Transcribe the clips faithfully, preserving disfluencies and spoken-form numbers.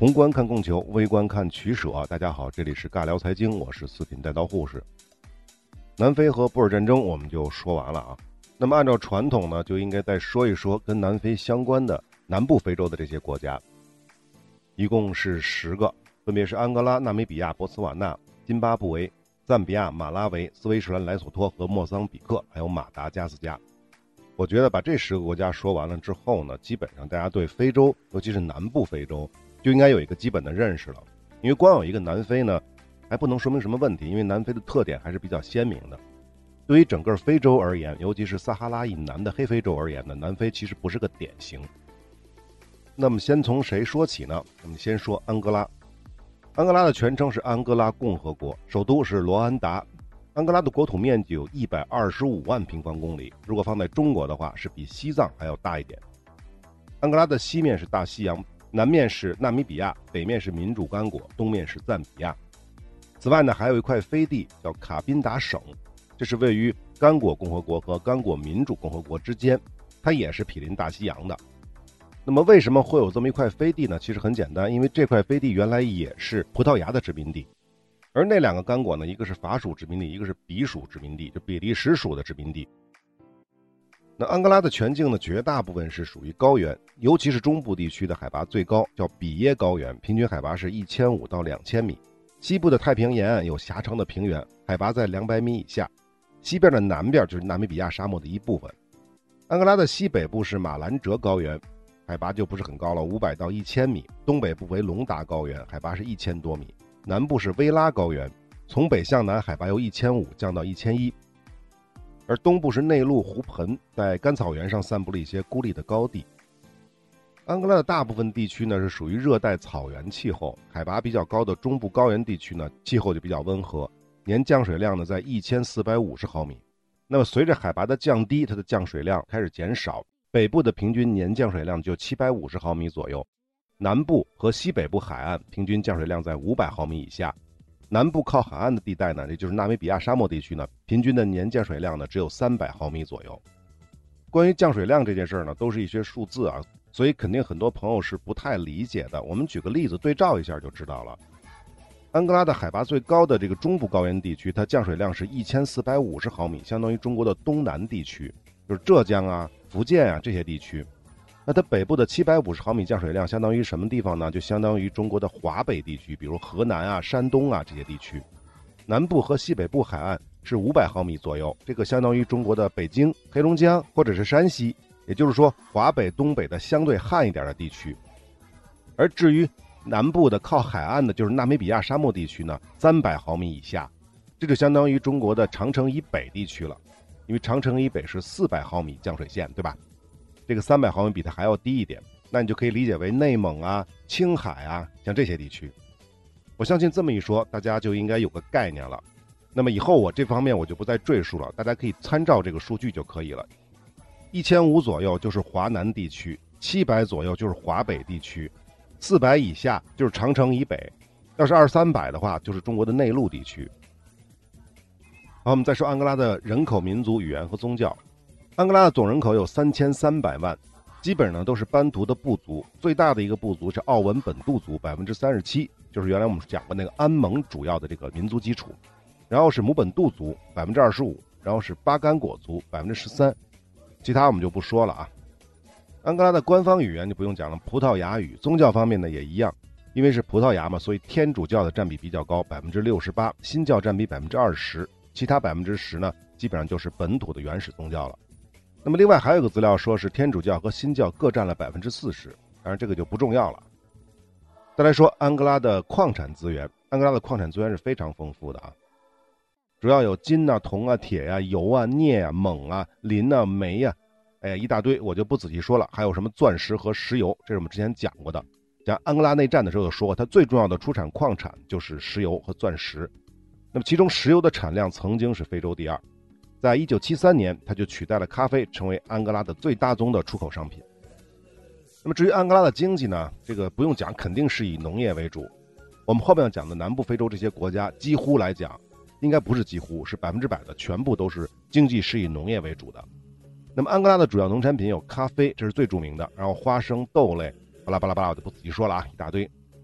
宏观看供求，微观看取舍。大家好，这里是尬聊财经，我是四品带刀护士。南非和布尔战争我们就说完了啊。那么按照传统呢，就应该再说一说跟南非相关的南部非洲的这些国家，一共是十个，分别是安哥拉、纳米比亚、博茨瓦纳、津巴布韦、赞比亚、马拉维、斯威士兰、莱索托和莫桑比克，还有马达加斯加。我觉得把这十个国家说完了之后呢，基本上大家对非洲，尤其是南部非洲，就应该有一个基本的认识了。因为光有一个南非呢，还不能说明什么问题，因为南非的特点还是比较鲜明的。对于整个非洲而言，尤其是撒哈拉以南的黑非洲而言呢，南非其实不是个典型。那么先从谁说起呢？我们先说安哥拉。安哥拉的全称是安哥拉共和国，首都是罗安达。安哥拉的国土面积有一百二十五万平方公里，如果放在中国的话，是比西藏还要大一点。安哥拉的西面是大西洋，南面是纳米比亚，北面是民主刚果，东面是赞比亚。此外呢，还有一块飞地叫卡宾达省，这是位于刚果共和国和刚果民主共和国之间，它也是毗邻大西洋的。那么为什么会有这么一块飞地呢？其实很简单，因为这块飞地原来也是葡萄牙的殖民地。而那两个刚果呢，一个是法属殖民地，一个是比属殖民地，就比利时属的殖民地。那安哥拉的全境呢，绝大部分是属于高原，尤其是中部地区的海拔最高，叫比耶高原，平均海拔是一千五到两千米。西部的太平沿岸有狭长的平原，海拔在两百米以下。西边的南边就是纳米比亚沙漠的一部分。安哥拉的西北部是马兰哲高原，海拔就不是很高了，五百到一千米。东北部为隆达高原，海拔是一千多米。南部是薇拉高原，从北向南海拔由一千五降到一千一，而东部是内陆湖盆，在干草原上散布了一些孤立的高地。安哥拉的大部分地区呢是属于热带草原气候，海拔比较高的中部高原地区呢气候就比较温和，年降水量呢在一千四百五十毫米。那么随着海拔的降低，它的降水量开始减少，北部的平均年降水量就七百五十毫米左右。南部和西北部海岸平均降水量在五百毫米以下，南部靠海岸的地带呢，也就是纳米比亚沙漠地区呢，平均的年降水量呢只有三百毫米左右。关于降水量这件事呢，都是一些数字啊，所以肯定很多朋友是不太理解的。我们举个例子对照一下就知道了。安哥拉的海拔最高的这个中部高原地区，它降水量是一千四百五十毫米，相当于中国的东南地区，就是浙江啊、福建啊这些地区。那它北部的七百五十毫米降水量相当于什么地方呢？就相当于中国的华北地区，比如河南啊、山东啊这些地区。南部和西北部海岸是五百毫米左右，这个相当于中国的北京、黑龙江或者是山西，也就是说华北、东北的相对旱一点的地区。而至于南部的靠海岸的，就是纳米比亚沙漠地区呢，三百毫米以下，这就相当于中国的长城以北地区了，因为长城以北是四百毫米降水线，对吧？这个三百毫米比它还要低一点，那你就可以理解为内蒙啊、青海啊，像这些地区。我相信这么一说，大家就应该有个概念了。那么以后我这方面我就不再赘述了，大家可以参照这个数据就可以了。一千五左右就是华南地区，七百左右就是华北地区，四百以下就是长城以北，要是二三百的话，就是中国的内陆地区。好，我们再说安哥拉的人口、民族、语言和宗教。安哥拉的总人口有三千三百万，基本上都是班图的部族，最大的一个部族是奥文本杜族，百分之三十七，就是原来我们讲过那个安蒙主要的这个民族基础。然后是姆本杜族，百分之二十五，然后是巴干果族，百分之十三，其他我们就不说了啊。安哥拉的官方语言就不用讲了，葡萄牙语。宗教方面呢也一样，因为是葡萄牙嘛，所以天主教的占比比较高，百分之六十八，新教占比百分之二十，其他百分之十呢，基本上就是本土的原始宗教了。那么另外还有个资料说是天主教和新教各占了百分之四十，当然这个就不重要了。再来说安哥拉的矿产资源，安哥拉的矿产资源是非常丰富的啊，主要有金啊、铜啊、铁啊、油啊、镍啊、锰啊、磷啊、煤啊，哎呀一大堆，我就不仔细说了。还有什么钻石和石油，这是我们之前讲过的。讲安哥拉内战的时候有说过，它最重要的出产矿产就是石油和钻石。那么其中石油的产量曾经是非洲第二。在一九七三年，它就取代了咖啡，成为安哥拉的最大宗的出口商品。那么至于安哥拉的经济呢，这个不用讲，肯定是以农业为主。我们后面要讲的南部非洲这些国家，几乎来讲，应该不是几乎，是百分之百的，全部都是经济是以农业为主的。那么安哥拉的主要农产品有咖啡，这是最著名的，然后花生、豆类，巴拉巴拉巴拉，我就不仔细说了啊，一大堆。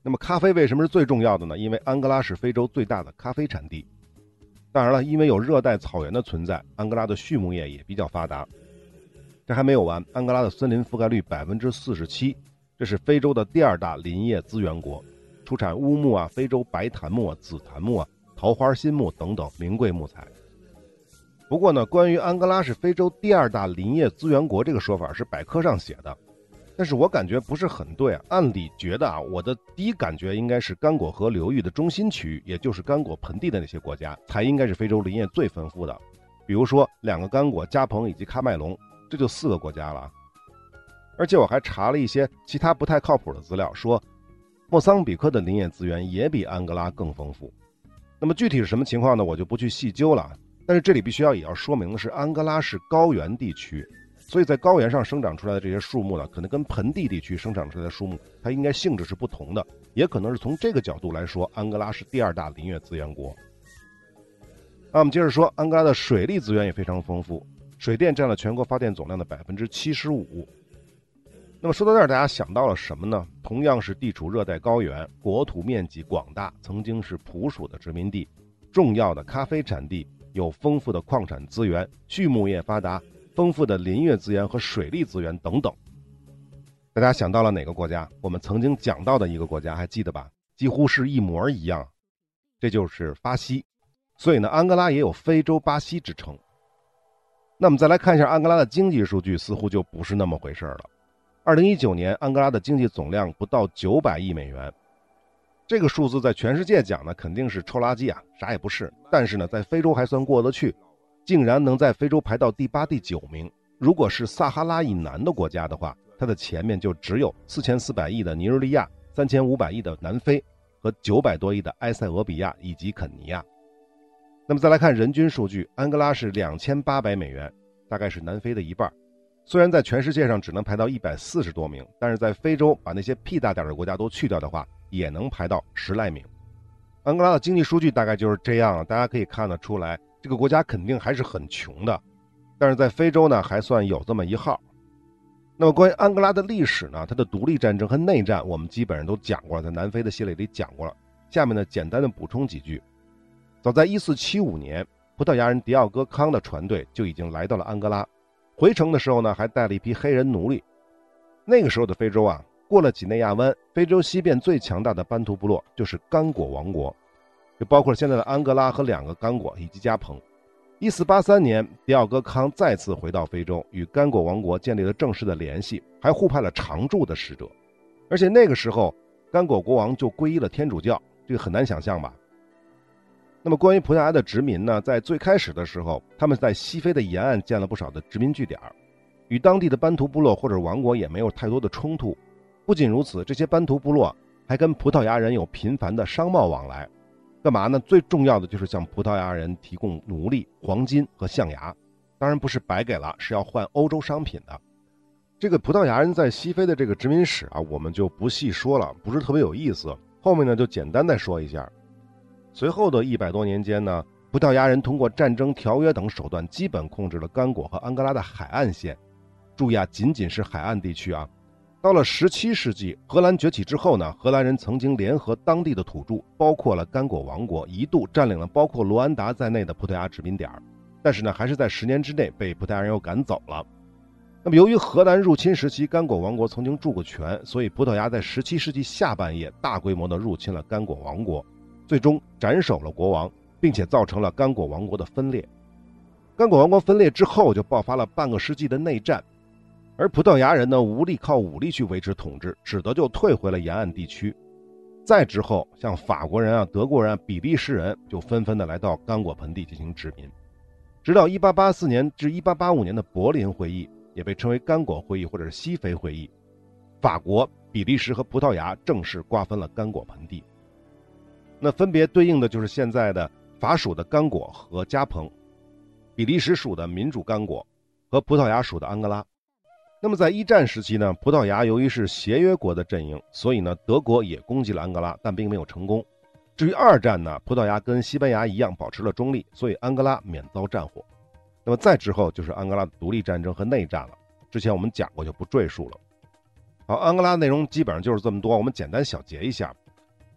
那么咖啡为什么是最重要的呢？因为安哥拉是非洲最大的咖啡产地。当然了，因为有热带草原的存在，安哥拉的畜牧业也比较发达。这还没有完，安哥拉的森林覆盖率 百分之四十七， 这是非洲的第二大林业资源国，出产乌木啊、非洲白檀木啊、紫檀木啊、桃花心木等等名贵木材。不过呢，关于安哥拉是非洲第二大林业资源国这个说法是百科上写的，但是我感觉不是很对啊。按理觉得啊，我的第一感觉应该是刚果河流域的中心区域，也就是刚果盆地的那些国家，才应该是非洲林业最丰富的。比如说两个刚果、加蓬以及喀麦隆，这就四个国家了。而且我还查了一些其他不太靠谱的资料，说莫桑比克的林业资源也比安哥拉更丰富。那么具体是什么情况呢？我就不去细究了。但是这里必须要也要说明的是，安哥拉是高原地区，所以在高原上生长出来的这些树木呢，可能跟盆地地区生长出来的树木，它应该性质是不同的，也可能是从这个角度来说，安哥拉是第二大林业资源国。那我们接着说，安哥拉的水利资源也非常丰富，水电占了全国发电总量的 百分之七十五。那么说到这儿，大家想到了什么呢？同样是地处热带高原，国土面积广大，曾经是普属的殖民地，重要的咖啡产地，有丰富的矿产资源，畜牧业发达，丰富的林业资源和水利资源等等。大家想到了哪个国家？我们曾经讲到的一个国家，还记得吧？几乎是一模一样，这就是巴西。所以呢，安哥拉也有非洲巴西之称。那我们再来看一下安哥拉的经济数据，似乎就不是那么回事了。二零一九年，安哥拉的经济总量不到九百亿美元，这个数字在全世界讲呢，肯定是臭垃圾啊，啥也不是。但是呢，在非洲还算过得去，竟然能在非洲排到第八、第九名。如果是撒哈拉以南的国家的话，它的前面就只有四千四百亿的尼日利亚、三千五百亿的南非和九百多亿的埃塞俄比亚以及肯尼亚。那么再来看人均数据，安哥拉是两千八百美元，大概是南非的一半。虽然在全世界上只能排到一百四十多名，但是在非洲把那些屁大点的国家都去掉的话，也能排到十来名。安哥拉的经济数据大概就是这样，大家可以看得出来，这个国家肯定还是很穷的，但是在非洲呢还算有这么一号。那么关于安哥拉的历史呢，它的独立战争和内战我们基本上都讲过了，在南非的系列里讲过了。下面呢简单的补充几句。早在一四七五年，葡萄牙人迪奥戈康的船队就已经来到了安哥拉，回程的时候呢还带了一批黑人奴隶。那个时候的非洲啊，过了几内亚湾，非洲西边最强大的班图部落就是刚果王国，就包括了现在的安哥拉和两个刚果以及加蓬。一四八三年，迪奥戈康再次回到非洲，与刚果王国建立了正式的联系，还互派了常驻的使者。而且那个时候，刚果国王就皈依了天主教，这个很难想象吧？那么关于葡萄牙的殖民呢，在最开始的时候，他们在西非的沿岸建了不少的殖民据点，与当地的班图部落或者王国也没有太多的冲突。不仅如此，这些班图部落还跟葡萄牙人有频繁的商贸往来。干嘛呢？最重要的就是向葡萄牙人提供奴隶、黄金和象牙，当然不是白给了，是要换欧洲商品的。这个葡萄牙人在西非的这个殖民史啊，我们就不细说了，不是特别有意思。后面呢，就简单再说一下。随后的一百多年间呢，葡萄牙人通过战争、条约等手段，基本控制了刚果和安哥拉的海岸线。注意啊，仅仅是海岸地区啊。到了十七世纪，荷兰崛起之后呢，荷兰人曾经联合当地的土著，包括了刚果王国，一度占领了包括卢安达在内的葡萄牙殖民点，但是呢，还是在十年之内被葡萄牙人又赶走了。那么由于荷兰入侵时期刚果王国曾经驻过权，所以葡萄牙在十七世纪下半叶大规模的入侵了刚果王国，最终斩首了国王，并且造成了刚果王国的分裂。刚果王国分裂之后，就爆发了半个世纪的内战。而葡萄牙人呢，无力靠武力去维持统治，只得就退回了沿岸地区。再之后，像法国人啊、德国人啊、比利时人就纷纷的来到刚果盆地进行殖民。直到一八八四年至一八八五年的柏林会议，也被称为刚果会议或者是西非会议，法国、比利时和葡萄牙正式瓜分了刚果盆地。那分别对应的就是现在的法属的刚果和加蓬，比利时属的民主刚果和葡萄牙属的安哥拉。那么在一战时期呢，葡萄牙由于是协约国的阵营，所以呢，德国也攻击了安哥拉，但并没有成功。至于二战呢，葡萄牙跟西班牙一样保持了中立，所以安哥拉免遭战火。那么再之后就是安哥拉的独立战争和内战了，之前我们讲过就不赘述了。好，安哥拉内容基本上就是这么多，我们简单小结一下。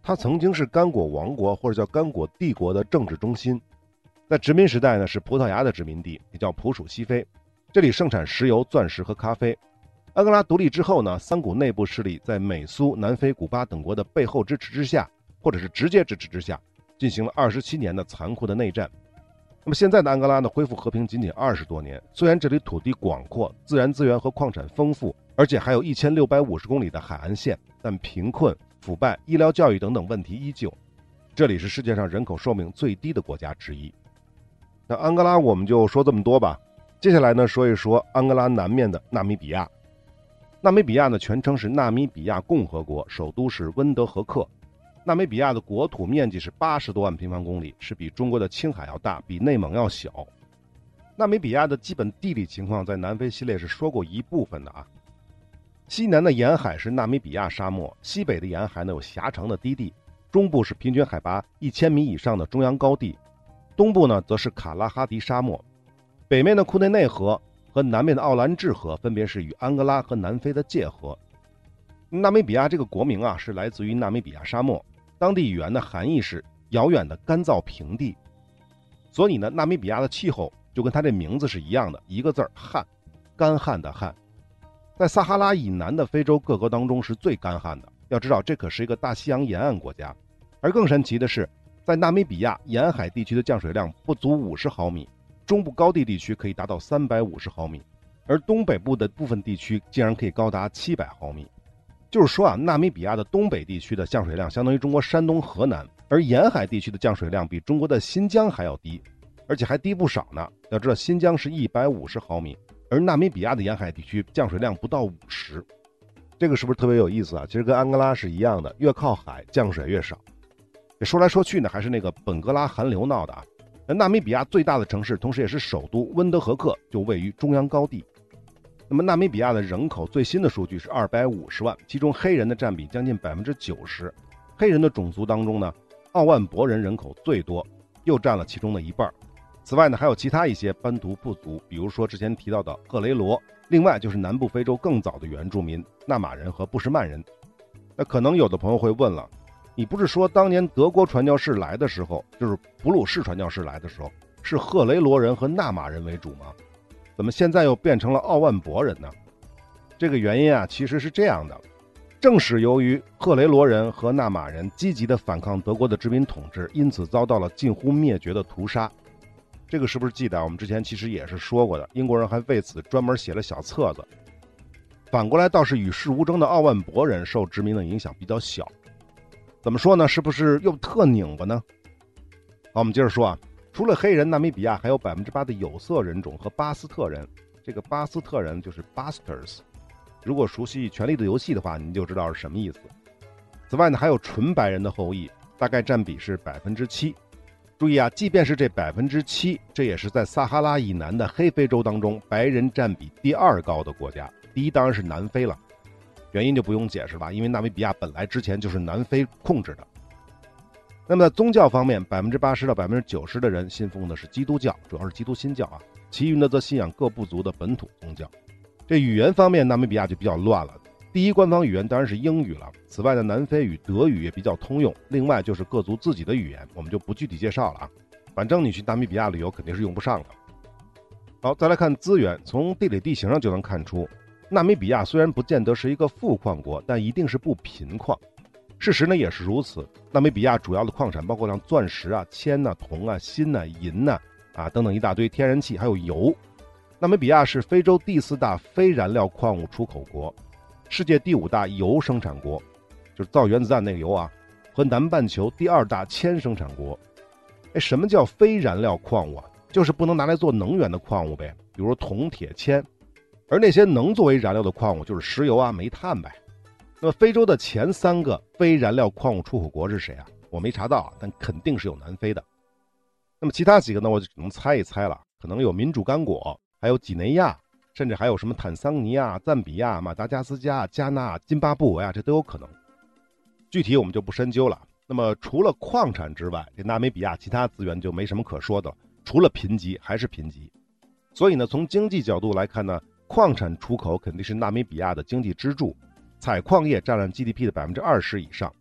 它曾经是刚果王国或者叫刚果帝国的政治中心。在殖民时代呢，是葡萄牙的殖民地，也叫普属西非，这里盛产石油、钻石和咖啡。安哥拉独立之后呢，三股内部势力在美苏、南非、古巴等国的背后支持之下，或者是直接支持之下，进行了二十七年的残酷的内战。那么现在的安哥拉呢，恢复和平仅仅二十多年，虽然这里土地广阔，自然资源和矿产丰富，而且还有一千六百五十公里的海岸线，但贫困、腐败、医疗教育等等问题依旧。这里是世界上人口寿命最低的国家之一。那安哥拉我们就说这么多吧。接下来呢，说一说安哥拉南面的纳米比亚。纳米比亚呢，全称是纳米比亚共和国，首都是温德和克。纳米比亚的国土面积是八十多万平方公里，是比中国的青海要大，比内蒙要小。纳米比亚的基本地理情况在南非系列是说过一部分的啊。西南的沿海是纳米比亚沙漠，西北的沿海呢有狭长的低地，中部是平均海拔一千米以上的中央高地，东部呢则是卡拉哈迪沙漠，北面的库内内河和南面的奥兰治河分别是与安哥拉和南非的界河。纳米比亚这个国名啊，是来自于纳米比亚沙漠，当地语言的含义是遥远的干燥平地，所以呢，纳米比亚的气候就跟它这名字是一样的，一个字儿旱，干旱的旱。在撒哈拉以南的非洲各国当中是最干旱的，要知道这可是一个大西洋沿岸国家。而更神奇的是，在纳米比亚沿海地区的降水量不足五十毫米，中部高地地区可以达到三百五十毫米，而东北部的部分地区竟然可以高达七百毫米。就是说啊，纳米比亚的东北地区的降水量相当于中国山东、河南，而沿海地区的降水量比中国的新疆还要低，而且还低不少呢。要知道新疆是一百五十毫米，而纳米比亚的沿海地区降水量不到五十。这个是不是特别有意思啊？其实跟安哥拉是一样的，越靠海降水越少。说来说去呢，还是那个本哥拉寒流闹的啊。纳米比亚最大的城市，同时也是首都温德和克，就位于中央高地。那么纳米比亚的人口最新的数据是二百五十万，其中黑人的占比将近 百分之九十。 黑人的种族当中呢，奥万博人人口最多，又占了其中的一半。此外呢，还有其他一些班图部族，比如说之前提到的赫雷罗，另外就是南部非洲更早的原住民纳马人和布什曼人。那可能有的朋友会问了，你不是说当年德国传教士来的时候，就是普鲁士传教士来的时候，是赫雷罗人和纳马人为主吗？怎么现在又变成了奥万博人呢？这个原因啊，其实是这样的，正是由于赫雷罗人和纳马人积极的反抗德国的殖民统治，因此遭到了近乎灭绝的屠杀。这个是不是记得我们之前其实也是说过的，英国人还为此专门写了小册子。反过来倒是与世无争的奥万博人受殖民的影响比较小。怎么说呢？是不是又特拧巴呢？好，我们接着说啊，除了黑人，纳米比亚还有 百分之八 的有色人种和巴斯特人。这个巴斯特人就是 Basters， 如果熟悉《权力的游戏》的话，你就知道是什么意思。此外呢，还有纯白人的后裔，大概占比是 百分之七。 注意啊，即便是这 百分之七， 这也是在撒哈拉以南的黑非洲当中白人占比第二高的国家，第一当然是南非了。原因就不用解释了，因为纳米比亚本来之前就是南非控制的。那么在宗教方面， 百分之八十 到 百分之九十 的人信奉的是基督教，主要是基督新教啊，其余呢则信仰各部族的本土宗教。这语言方面，纳米比亚就比较乱了，第一官方语言当然是英语了，此外呢，南非语、德语也比较通用，另外就是各族自己的语言，我们就不具体介绍了啊。反正你去纳米比亚旅游肯定是用不上的。好，再来看资源，从地理地形上就能看出，纳米比亚虽然不见得是一个富矿国，但一定是不贫矿。事实呢也是如此，纳米比亚主要的矿产包括像钻石啊、铅啊、铜啊、锌啊、银啊啊等等一大堆天然气，还有油。纳米比亚是非洲第四大非燃料矿物出口国，世界第五大油生产国，就是造原子弹那个油啊，和南半球第二大铅生产国。哎，什么叫非燃料矿物啊？就是不能拿来做能源的矿物呗，比如铜、铁、铅。而那些能作为燃料的矿物就是石油啊、煤炭呗。那么非洲的前三个非燃料矿物出口国是谁啊？我没查到啊，但肯定是有南非的。那么其他几个呢，我就只能猜一猜了，可能有民主刚果，还有几内亚，甚至还有什么坦桑尼亚、赞比亚、马达加斯加、加纳、津巴布韦啊，这都有可能。具体我们就不深究了。那么除了矿产之外，这纳米比亚其他资源就没什么可说的了，除了贫瘠还是贫瘠。所以呢，从经济角度来看呢，矿产出口肯定是纳米比亚的经济支柱，采矿业占了 G D P 的 百分之二十 以上。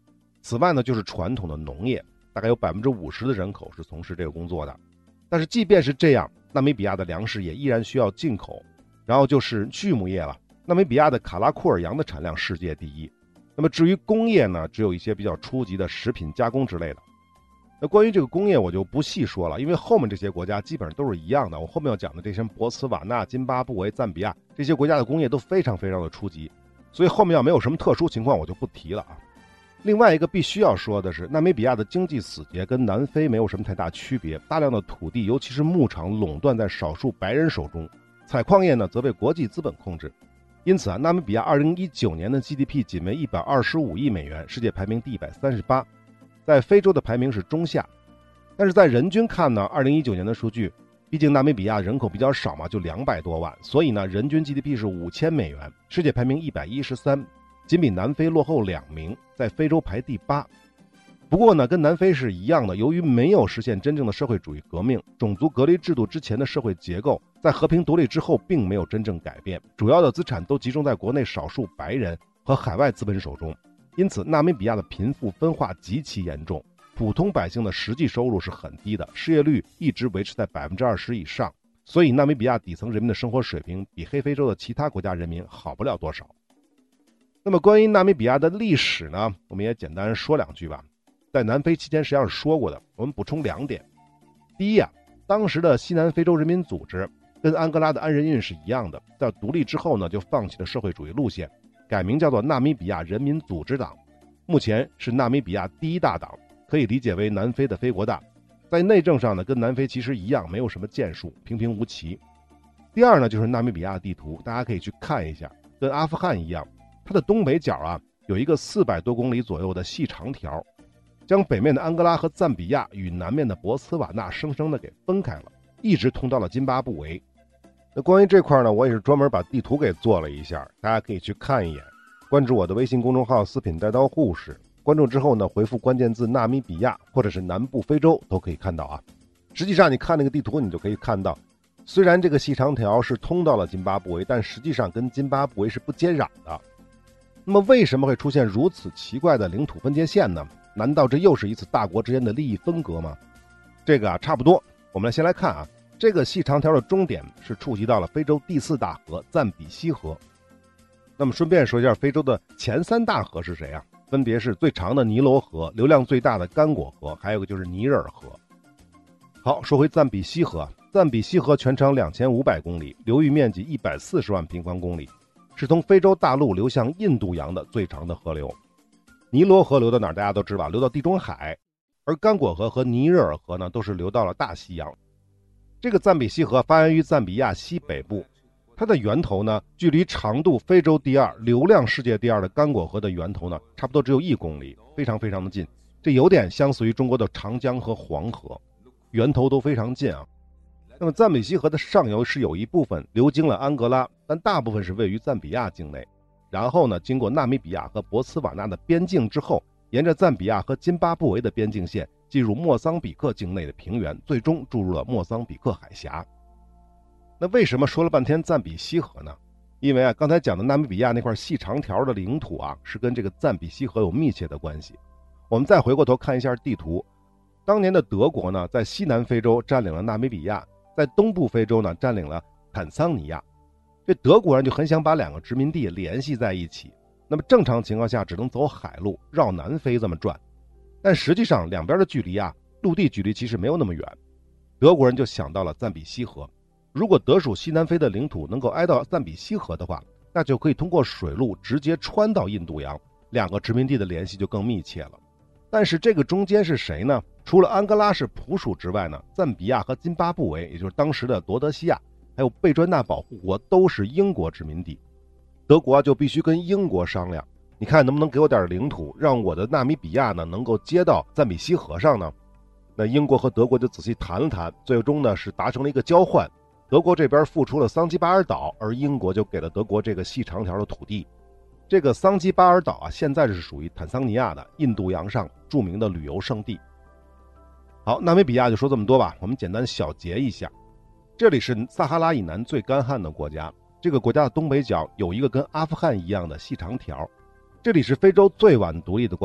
此外呢，就是传统的农业，大概有 百分之五十 的人口是从事这个工作的。但是即便是这样，纳米比亚的粮食也依然需要进口。然后就是畜牧业了，纳米比亚的卡拉库尔羊的产量世界第一。那么至于工业呢，只有一些比较初级的食品加工之类的。那关于这个工业我就不细说了，因为后面这些国家基本上都是一样的。我后面要讲的这些博茨瓦纳、津巴布韦、赞比亚这些国家的工业都非常非常的初级，所以后面要没有什么特殊情况我就不提了啊。另外一个必须要说的是，纳米比亚的经济死结跟南非没有什么太大区别，大量的土地尤其是牧场垄断在少数白人手中，采矿业呢则被国际资本控制。因此啊，纳米比亚二零一九年的 G D P 仅为一百二十五亿美元，世界排名第一百三十八，在非洲的排名是中下。但是在人均看呢，二零一九年的数据，毕竟纳米比亚人口比较少嘛，就两百多万，所以呢人均 G D P 是五千美元，世界排名一百一十三，仅比南非落后两名，在非洲排第八。不过呢，跟南非是一样的，由于没有实现真正的社会主义革命，种族隔离制度之前的社会结构在和平独立之后并没有真正改变，主要的资产都集中在国内少数白人和海外资本手中。因此纳米比亚的贫富分化极其严重，普通百姓的实际收入是很低的，失业率一直维持在 百分之二十 以上，所以纳米比亚底层人民的生活水平比黑非洲的其他国家人民好不了多少。那么关于纳米比亚的历史呢，我们也简单说两句吧。在南非期间实际上是说过的，我们补充两点。第一啊，当时的西南非洲人民组织跟安哥拉的安人运是一样的，在独立之后呢，就放弃了社会主义路线，改名叫做纳米比亚人民组织党，目前是纳米比亚第一大党，可以理解为南非的非国大。在内政上呢，跟南非其实一样，没有什么建树，平平无奇。第二呢，就是纳米比亚地图，大家可以去看一下，跟阿富汗一样，它的东北角啊有一个四百多公里左右的细长条，将北面的安哥拉和赞比亚与南面的博茨瓦纳生生的给分开了，一直通到了津巴布韦。那关于这块呢，我也是专门把地图给做了一下，大家可以去看一眼。关注我的微信公众号四品带刀护士，关注之后呢，回复关键字纳米比亚或者是南部非洲都可以看到啊。实际上你看那个地图，你就可以看到，虽然这个细长条是通到了津巴布韦，但实际上跟津巴布韦是不接壤的。那么为什么会出现如此奇怪的领土分界线呢？难道这又是一次大国之间的利益分割吗？这个啊差不多。我们来先来看啊，这个细长条的终点是触及到了非洲第四大河赞比西河。那么顺便说一下，非洲的前三大河是谁啊？分别是最长的尼罗河、流量最大的刚果河，还有个就是尼日尔河。好，说回赞比西河。赞比西河全长两千五百公里，流域面积一百四十万平方公里，是从非洲大陆流向印度洋的最长的河流。尼罗河流到哪儿大家都知道，流到地中海，而刚果河和尼日尔河呢都是流到了大西洋。这个赞比西河发源于赞比亚西北部，它的源头呢距离长度非洲第二、流量世界第二的刚果河的源头呢差不多只有一公里，非常非常的近。这有点相似于中国的长江和黄河，源头都非常近啊。那么赞比西河的上游是有一部分流经了安哥拉，但大部分是位于赞比亚境内。然后呢，经过纳米比亚和博茨瓦纳的边境之后，沿着赞比亚和津巴布韦的边境线进入莫桑比克境内的平原，最终注入了莫桑比克海峡。那为什么说了半天赞比西河呢？因为啊，刚才讲的纳米比亚那块细长条的领土啊，是跟这个赞比西河有密切的关系。我们再回过头看一下地图，当年的德国呢，在西南非洲占领了纳米比亚，在东部非洲呢占领了坦桑尼亚。这德国人就很想把两个殖民地联系在一起，那么正常情况下只能走海路绕南非这么转，但实际上两边的距离啊，陆地距离其实没有那么远。德国人就想到了赞比西河，如果德属西南非的领土能够挨到赞比西河的话，那就可以通过水路直接穿到印度洋，两个殖民地的联系就更密切了。但是这个中间是谁呢？除了安哥拉是普属之外呢，赞比亚和津巴布韦，也就是当时的罗德西亚还有贝专纳保护国都是英国殖民地，德国就必须跟英国商量，你看能不能给我点领土，让我的纳米比亚呢能够接到赞比西河上呢？那英国和德国就仔细谈了谈，最终呢是达成了一个交换，德国这边付出了桑基巴尔岛，而英国就给了德国这个细长条的土地。这个桑基巴尔岛啊，现在是属于坦桑尼亚的印度洋上著名的旅游胜地。好，纳米比亚就说这么多吧，我们简单小结一下。这里是撒哈拉以南最干旱的国家，这个国家的东北角有一个跟阿富汗一样的细长条。这里是非洲最晚独立的国家，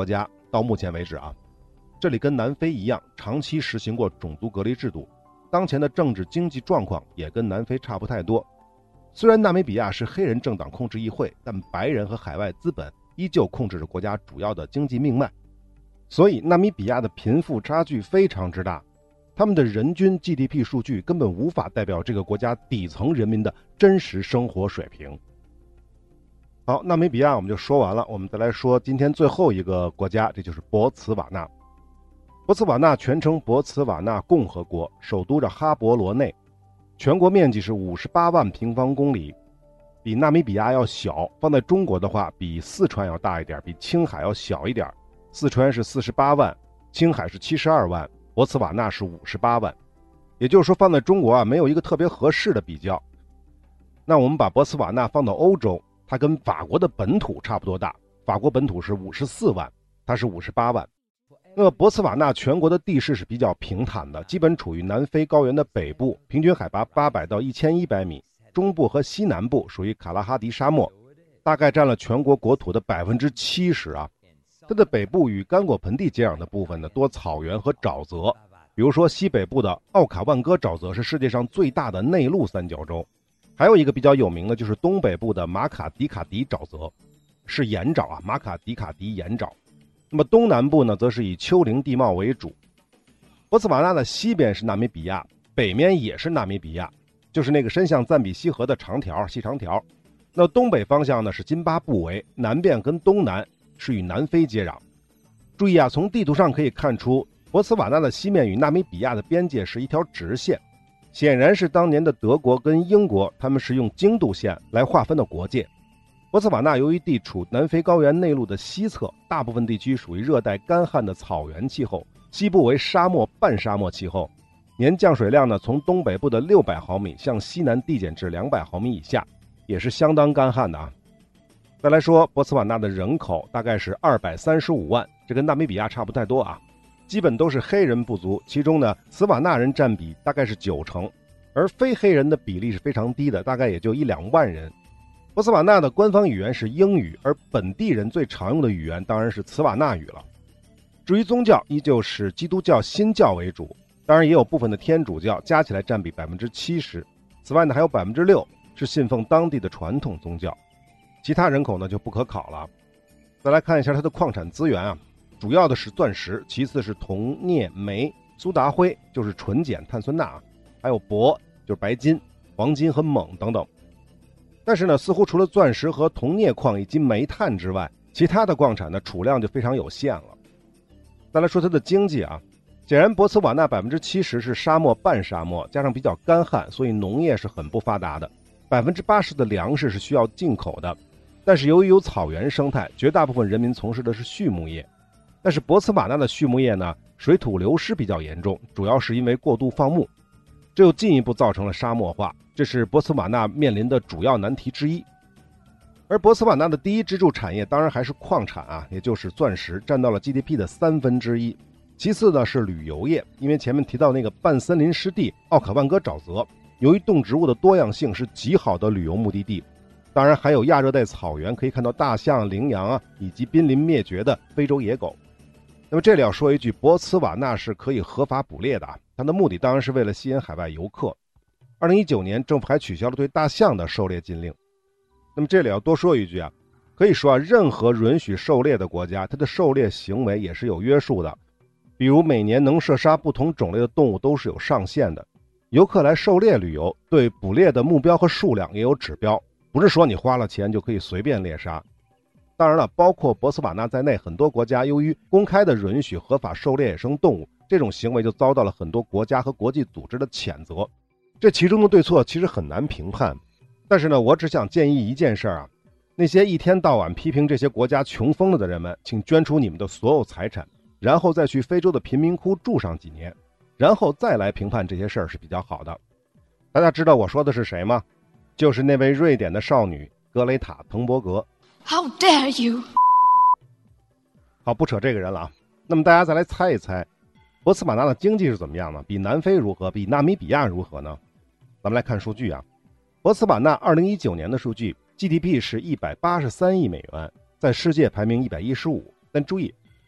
到目前为止啊，这里跟南非一样，长期实行过种族隔离制度，当前的政治经济状况也跟南非差不太多。虽然纳米比亚是黑人政党控制议会，但白人和海外资本依旧控制着国家主要的经济命脉，所以纳米比亚的贫富差距非常之大，他们的人均 G D P 数据根本无法代表这个国家底层人民的真实生活水平。好，纳米比亚我们就说完了，我们再来说今天最后一个国家，这就是博茨瓦纳。博茨瓦纳全称博茨瓦纳共和国，首都着哈伯罗内，全国面积是五十八万平方公里，比纳米比亚要小，放在中国的话比四川要大一点，比青海要小一点。四川是四十八万，青海是七十二万，博茨瓦纳是五十八万。也就是说放在中国啊，没有一个特别合适的比较。那我们把博茨瓦纳放到欧洲，它跟法国的本土差不多大，法国本土是五十四万，它是五十八万。那么博茨瓦纳全国的地势是比较平坦的，基本处于南非高原的北部，平均海拔八百到一千一百米，中部和西南部属于卡拉哈迪沙漠，大概占了全国国土的 百分之七十 啊。它的北部与刚果盆地接壤的部分呢，多草原和沼泽，比如说西北部的奥卡万戈沼泽是世界上最大的内陆三角洲，还有一个比较有名的就是东北部的马卡迪卡迪沼泽，是盐沼啊，马卡迪卡迪盐沼。那么东南部呢，则是以丘陵地貌为主。博茨瓦纳的西边是纳米比亚，北面也是纳米比亚，就是那个伸向赞比西河的长条细长条。那东北方向呢是津巴布韦，南边跟东南是与南非接壤。注意啊，从地图上可以看出，博茨瓦纳的西面与纳米比亚的边界是一条直线，显然是当年的德国跟英国他们是用经度线来划分的国界。博茨瓦纳由于地处南非高原内陆的西侧，大部分地区属于热带干旱的草原气候，西部为沙漠半沙漠气候，年降水量呢从东北部的六百毫米向西南递减至两百毫米以下，也是相当干旱的啊。再来说博茨瓦纳的人口大概是二百三十五万，这跟纳米比亚差不太多啊，基本都是黑人部族，其中呢茨瓦纳人占比大概是九成，而非黑人的比例是非常低的，大概也就一两万人。博茨瓦纳的官方语言是英语，而本地人最常用的语言当然是茨瓦纳语了。至于宗教，依旧是基督教新教为主，当然也有部分的天主教，加起来占比 百分之七十。 此外呢，还有 百分之六 是信奉当地的传统宗教，其他人口呢就不可考了。再来看一下它的矿产资源啊，主要的是钻石，其次是铜、镍、镁、苏打灰，就是纯碱碳酸钠，还有铂，就是白金、黄金和锰等等。但是呢，似乎除了钻石和铜镍矿以及煤炭之外，其他的矿产的储量就非常有限了。再来说它的经济啊，显然博茨瓦纳 百分之七十 是沙漠半沙漠，加上比较干旱，所以农业是很不发达的， 百分之八十 的粮食是需要进口的。但是由于有草原生态，绝大部分人民从事的是畜牧业。但是博茨瓦纳的畜牧业呢，水土流失比较严重，主要是因为过度放牧，这又进一步造成了沙漠化，这是博茨瓦纳面临的主要难题之一。而博茨瓦纳的第一支柱产业当然还是矿产啊，也就是钻石，占到了 G D P 的三分之一。其次呢是旅游业，因为前面提到那个半森林湿地奥卡万戈沼泽，由于动植物的多样性是极好的旅游目的地。当然还有亚热带草原，可以看到大象、羚羊啊，以及濒临灭绝的非洲野狗。那么这里要说一句，博茨瓦纳是可以合法捕猎的啊，它的目的当然是为了吸引海外游客。二零一九年政府还取消了对大象的狩猎禁令。那么这里要多说一句啊，可以说啊，任何允许狩猎的国家，它的狩猎行为也是有约束的，比如每年能射杀不同种类的动物都是有上限的。游客来狩猎旅游，对捕猎的目标和数量也有指标，不是说你花了钱就可以随便猎杀。当然了，包括博茨瓦纳在内，很多国家由于公开的允许合法狩猎野生动物，这种行为就遭到了很多国家和国际组织的谴责。这其中的对错其实很难评判，但是呢，我只想建议一件事啊，那些一天到晚批评这些国家穷疯了的人们，请捐出你们的所有财产，然后再去非洲的贫民窟住上几年，然后再来评判这些事儿是比较好的。大家知道我说的是谁吗？就是那位瑞典的少女格雷塔·滕伯格。 How dare you！ 好，不扯这个人了啊。那么大家再来猜一猜，博茨瓦纳的经济是怎么样呢？比南非如何？比纳米比亚如何呢？咱们来看数据啊。博茨瓦纳二零一九年的数据 ，G D P 是一百八十三亿美元，在世界排名一百一十五。但注意，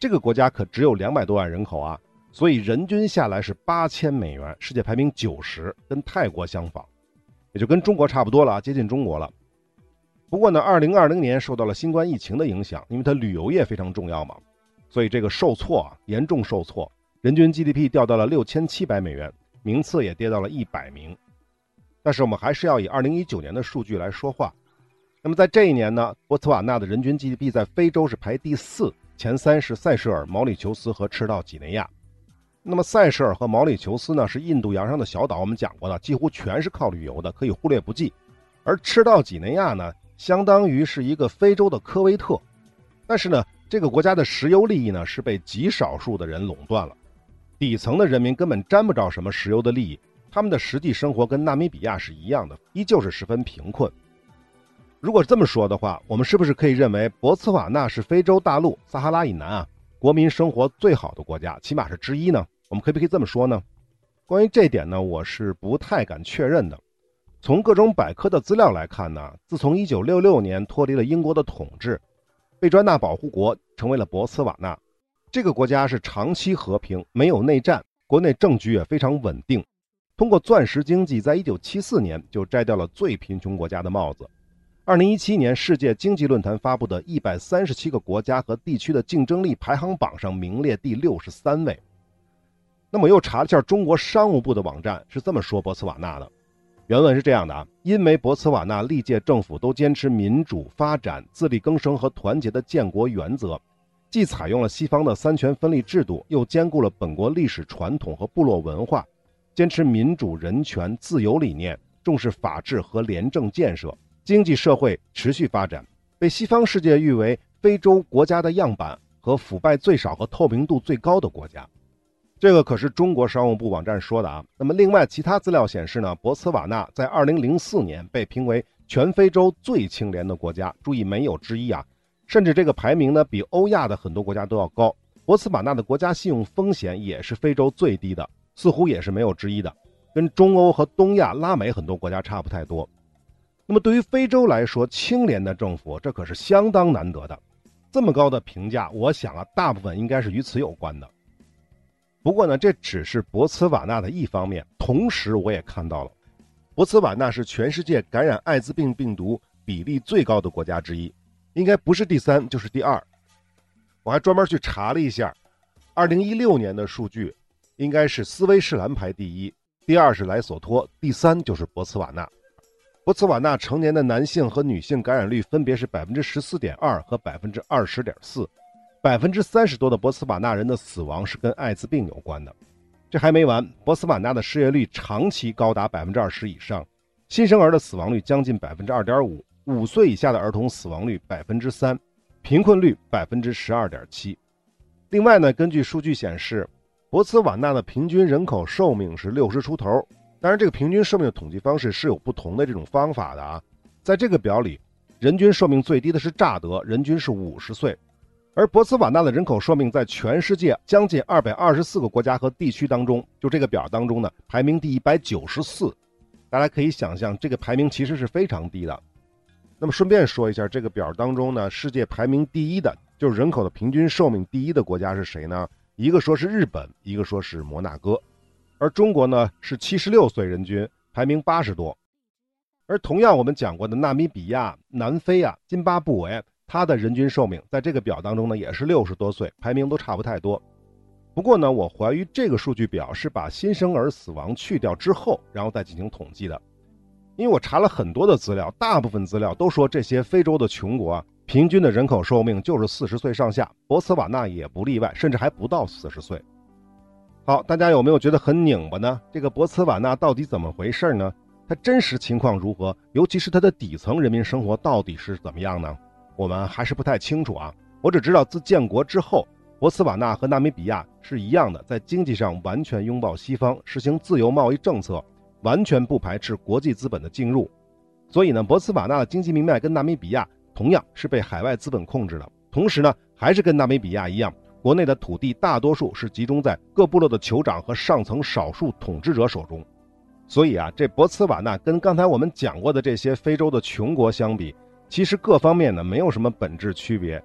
这个国家可只有两百多万人口啊，所以人均下来是八千美元，世界排名九十，跟泰国相仿，也就跟中国差不多了，接近中国了。不过呢，二零二零年受到了新冠疫情的影响，因为它旅游业非常重要嘛，所以这个受挫啊，严重受挫，人均 G D P 掉到了六千七百美元，名次也跌到了一百名。但是我们还是要以二零一九年的数据来说话。那么在这一年呢，波茨瓦纳的人均 G D P 在非洲是排第四，前三是塞舌尔、毛里求斯和赤道几内亚。那么塞舌尔和毛里求斯呢，是印度洋上的小岛，我们讲过的，几乎全是靠旅游的，可以忽略不计。而赤道几内亚呢，相当于是一个非洲的科威特，但是呢，这个国家的石油利益呢是被极少数的人垄断了，底层的人民根本沾不着什么石油的利益，他们的实际生活跟纳米比亚是一样的，依旧是十分贫困。如果这么说的话，我们是不是可以认为博茨瓦纳是非洲大陆撒哈拉以南啊国民生活最好的国家，起码是之一呢？我们可不可以这么说呢？关于这点呢，我是不太敢确认的。从各种百科的资料来看呢，自从一九六六年脱离了英国的统治，被专纳保护国成为了博茨瓦纳。这个国家是长期和平，没有内战，国内政局也非常稳定。通过钻石经济，在一九七四年就摘掉了最贫穷国家的帽子。二零一七年世界经济论坛发布的一百三十七个国家和地区的竞争力排行榜上名列第六十三位。那么我又查了一下中国商务部的网站，是这么说博茨瓦纳的。原文是这样的啊，因为博茨瓦纳历届政府都坚持民主、发展、自力更生和团结的建国原则，既采用了西方的三权分立制度，又兼顾了本国历史传统和部落文化，坚持民主、人权、自由理念，重视法治和廉政建设，经济社会持续发展，被西方世界誉为非洲国家的样板和腐败最少和透明度最高的国家。这个可是中国商务部网站说的啊。那么另外其他资料显示呢，博茨瓦纳在二零零四年被评为全非洲最清廉的国家，注意没有之一啊，甚至这个排名呢比欧亚的很多国家都要高。博茨瓦纳的国家信用风险也是非洲最低的，似乎也是没有之一的，跟中欧和东亚、拉美很多国家差不太多。那么对于非洲来说，清廉的政府这可是相当难得的，这么高的评价，我想啊，大部分应该是与此有关的。不过呢，这只是博茨瓦纳的一方面，同时我也看到了，博茨瓦纳是全世界感染艾滋病病毒比例最高的国家之一，应该不是第三就是第二。我还专门去查了一下，二零一六年的数据应该是斯威士兰排第一，第二是莱索托，第三就是博茨瓦纳。博茨瓦纳成年的男性和女性感染率分别是 百分之十四点二 和 百分之二十点四， 百分之三十多的博茨瓦纳人的死亡是跟艾滋病有关的。这还没完，博茨瓦纳的失业率长期高达 百分之二十 以上，新生儿的死亡率将近 百分之二点五， 五岁以下的儿童死亡率 百分之三， 贫困率 百分之十二点七。 另外呢，根据数据显示，博茨瓦纳的平均人口寿命是六十出头。当然这个平均寿命的统计方式是有不同的这种方法的啊。在这个表里，人均寿命最低的是乍得，人均是五十岁。而博茨瓦纳的人口寿命在全世界将近二百二十四个国家和地区当中，就这个表当中呢，排名第一百九十四。大家可以想象，这个排名其实是非常低的。那么顺便说一下，这个表当中呢，世界排名第一的，就是人口的平均寿命第一的国家是谁呢？一个说是日本，一个说是摩纳哥。而中国呢是七十六岁人均，排名八十多。而同样我们讲过的纳米比亚、南非啊、津巴布韦，它的人均寿命在这个表当中呢也是六十多岁，排名都差不太多。不过呢，我怀疑这个数据表是把新生儿死亡去掉之后，然后再进行统计的。因为我查了很多的资料，大部分资料都说这些非洲的穷国啊，平均的人口寿命就是四十岁上下，博茨瓦纳也不例外，甚至还不到四十岁。好，大家有没有觉得很拧巴呢？这个博茨瓦纳到底怎么回事呢？它真实情况如何？尤其是它的底层人民生活到底是怎么样呢？我们还是不太清楚啊。我只知道自建国之后，博茨瓦纳和纳米比亚是一样的，在经济上完全拥抱西方，实行自由贸易政策，完全不排斥国际资本的进入。所以呢，博茨瓦纳的经济命脉跟纳米比亚同样是被海外资本控制的，同时呢，还是跟纳米比亚一样，国内的土地大多数是集中在各部落的酋长和上层少数统治者手中。所以啊，这博茨瓦纳跟刚才我们讲过的这些非洲的穷国相比，其实各方面呢没有什么本质区别。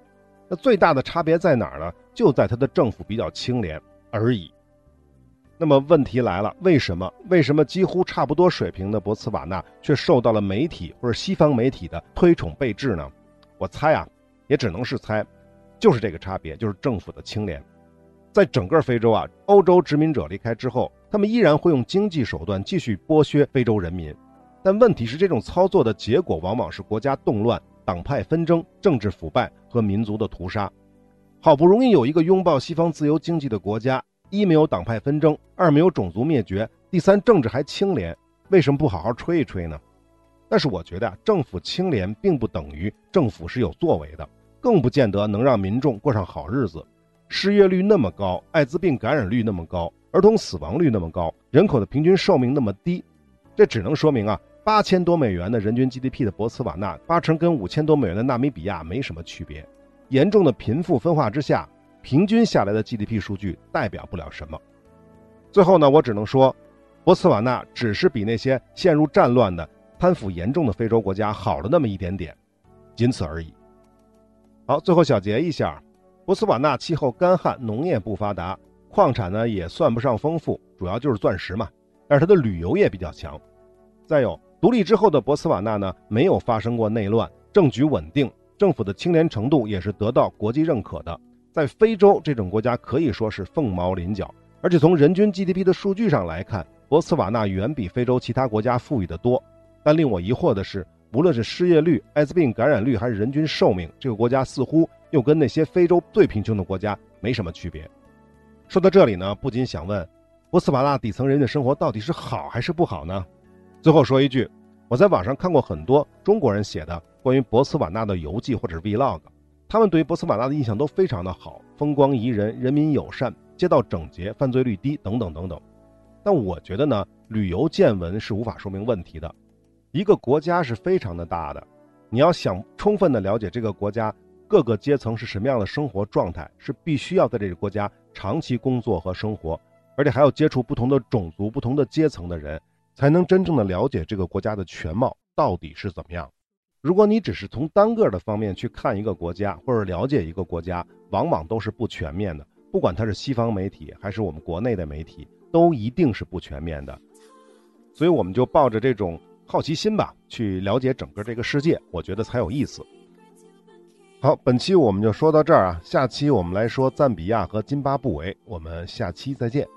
那最大的差别在哪儿呢？就在它的政府比较清廉而已。那么问题来了，为什么为什么几乎差不多水平的博茨瓦纳却受到了媒体或者西方媒体的推崇备至呢？我猜啊，也只能是猜，就是这个差别，就是政府的清廉。在整个非洲啊，欧洲殖民者离开之后，他们依然会用经济手段继续剥削非洲人民，但问题是这种操作的结果往往是国家动乱、党派纷争、政治腐败和民族的屠杀。好不容易有一个拥抱西方自由经济的国家，一没有党派纷争，二没有种族灭绝，第三政治还清廉，为什么不好好吹一吹呢？但是我觉得啊，政府清廉并不等于政府是有作为的，更不见得能让民众过上好日子。失业率那么高，艾滋病感染率那么高，儿童死亡率那么高，人口的平均寿命那么低，这只能说明啊，八千多美元的人均 G D P 的博茨瓦纳，八成跟五千多美元的纳米比亚没什么区别。严重的贫富分化之下，平均下来的 G D P 数据代表不了什么。最后呢，我只能说，博茨瓦纳只是比那些陷入战乱的、贪腐严重的非洲国家好了那么一点点，仅此而已。好，最后小结一下，博茨瓦纳气候干旱，农业不发达，矿产呢也算不上丰富，主要就是钻石嘛，但是它的旅游业比较强。再有，独立之后的博茨瓦纳呢，没有发生过内乱，政局稳定，政府的清廉程度也是得到国际认可的。在非洲这种国家可以说是凤毛麟角，而且从人均 G D P 的数据上来看，博茨瓦纳远比非洲其他国家富裕得多。但令我疑惑的是，无论是失业率、艾滋病感染率还是人均寿命，这个国家似乎又跟那些非洲最贫穷的国家没什么区别。说到这里呢，不禁想问，博茨瓦纳底层人的生活到底是好还是不好呢？最后说一句，我在网上看过很多中国人写的关于博茨瓦纳的游记或者 vlog， 他们对于博茨瓦纳的印象都非常的好，风光宜人，人民友善，街道整洁，犯罪率低等等等等。但我觉得呢，旅游见闻是无法说明问题的。一个国家是非常的大的，你要想充分的了解这个国家各个阶层是什么样的生活状态，是必须要在这个国家长期工作和生活，而且还要接触不同的种族、不同的阶层的人，才能真正的了解这个国家的全貌到底是怎么样。如果你只是从单个的方面去看一个国家或者了解一个国家，往往都是不全面的，不管它是西方媒体还是我们国内的媒体，都一定是不全面的。所以我们就抱着这种好奇心吧，去了解整个这个世界，我觉得才有意思。好，本期我们就说到这儿啊，下期我们来说赞比亚和津巴布韦，我们下期再见。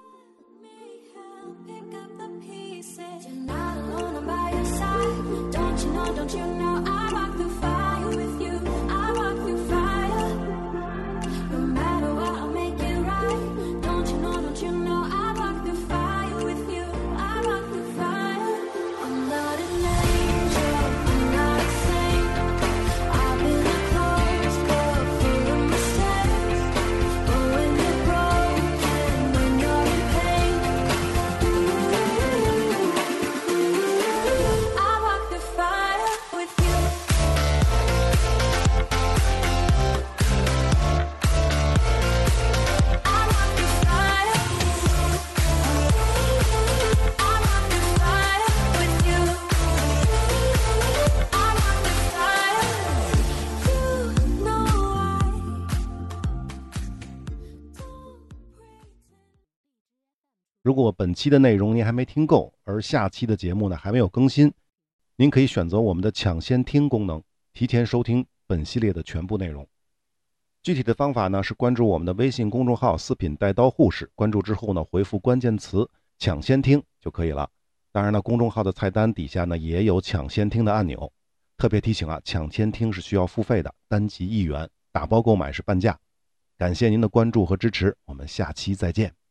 如果本期的内容您还没听够，而下期的节目呢还没有更新，您可以选择我们的抢先听功能，提前收听本系列的全部内容。具体的方法呢是关注我们的微信公众号四品带刀护士，关注之后呢回复关键词抢先听就可以了。当然了，公众号的菜单底下呢也有抢先听的按钮。特别提醒啊，抢先听是需要付费的，单集一元，打包购买是半价。感谢您的关注和支持，我们下期再见。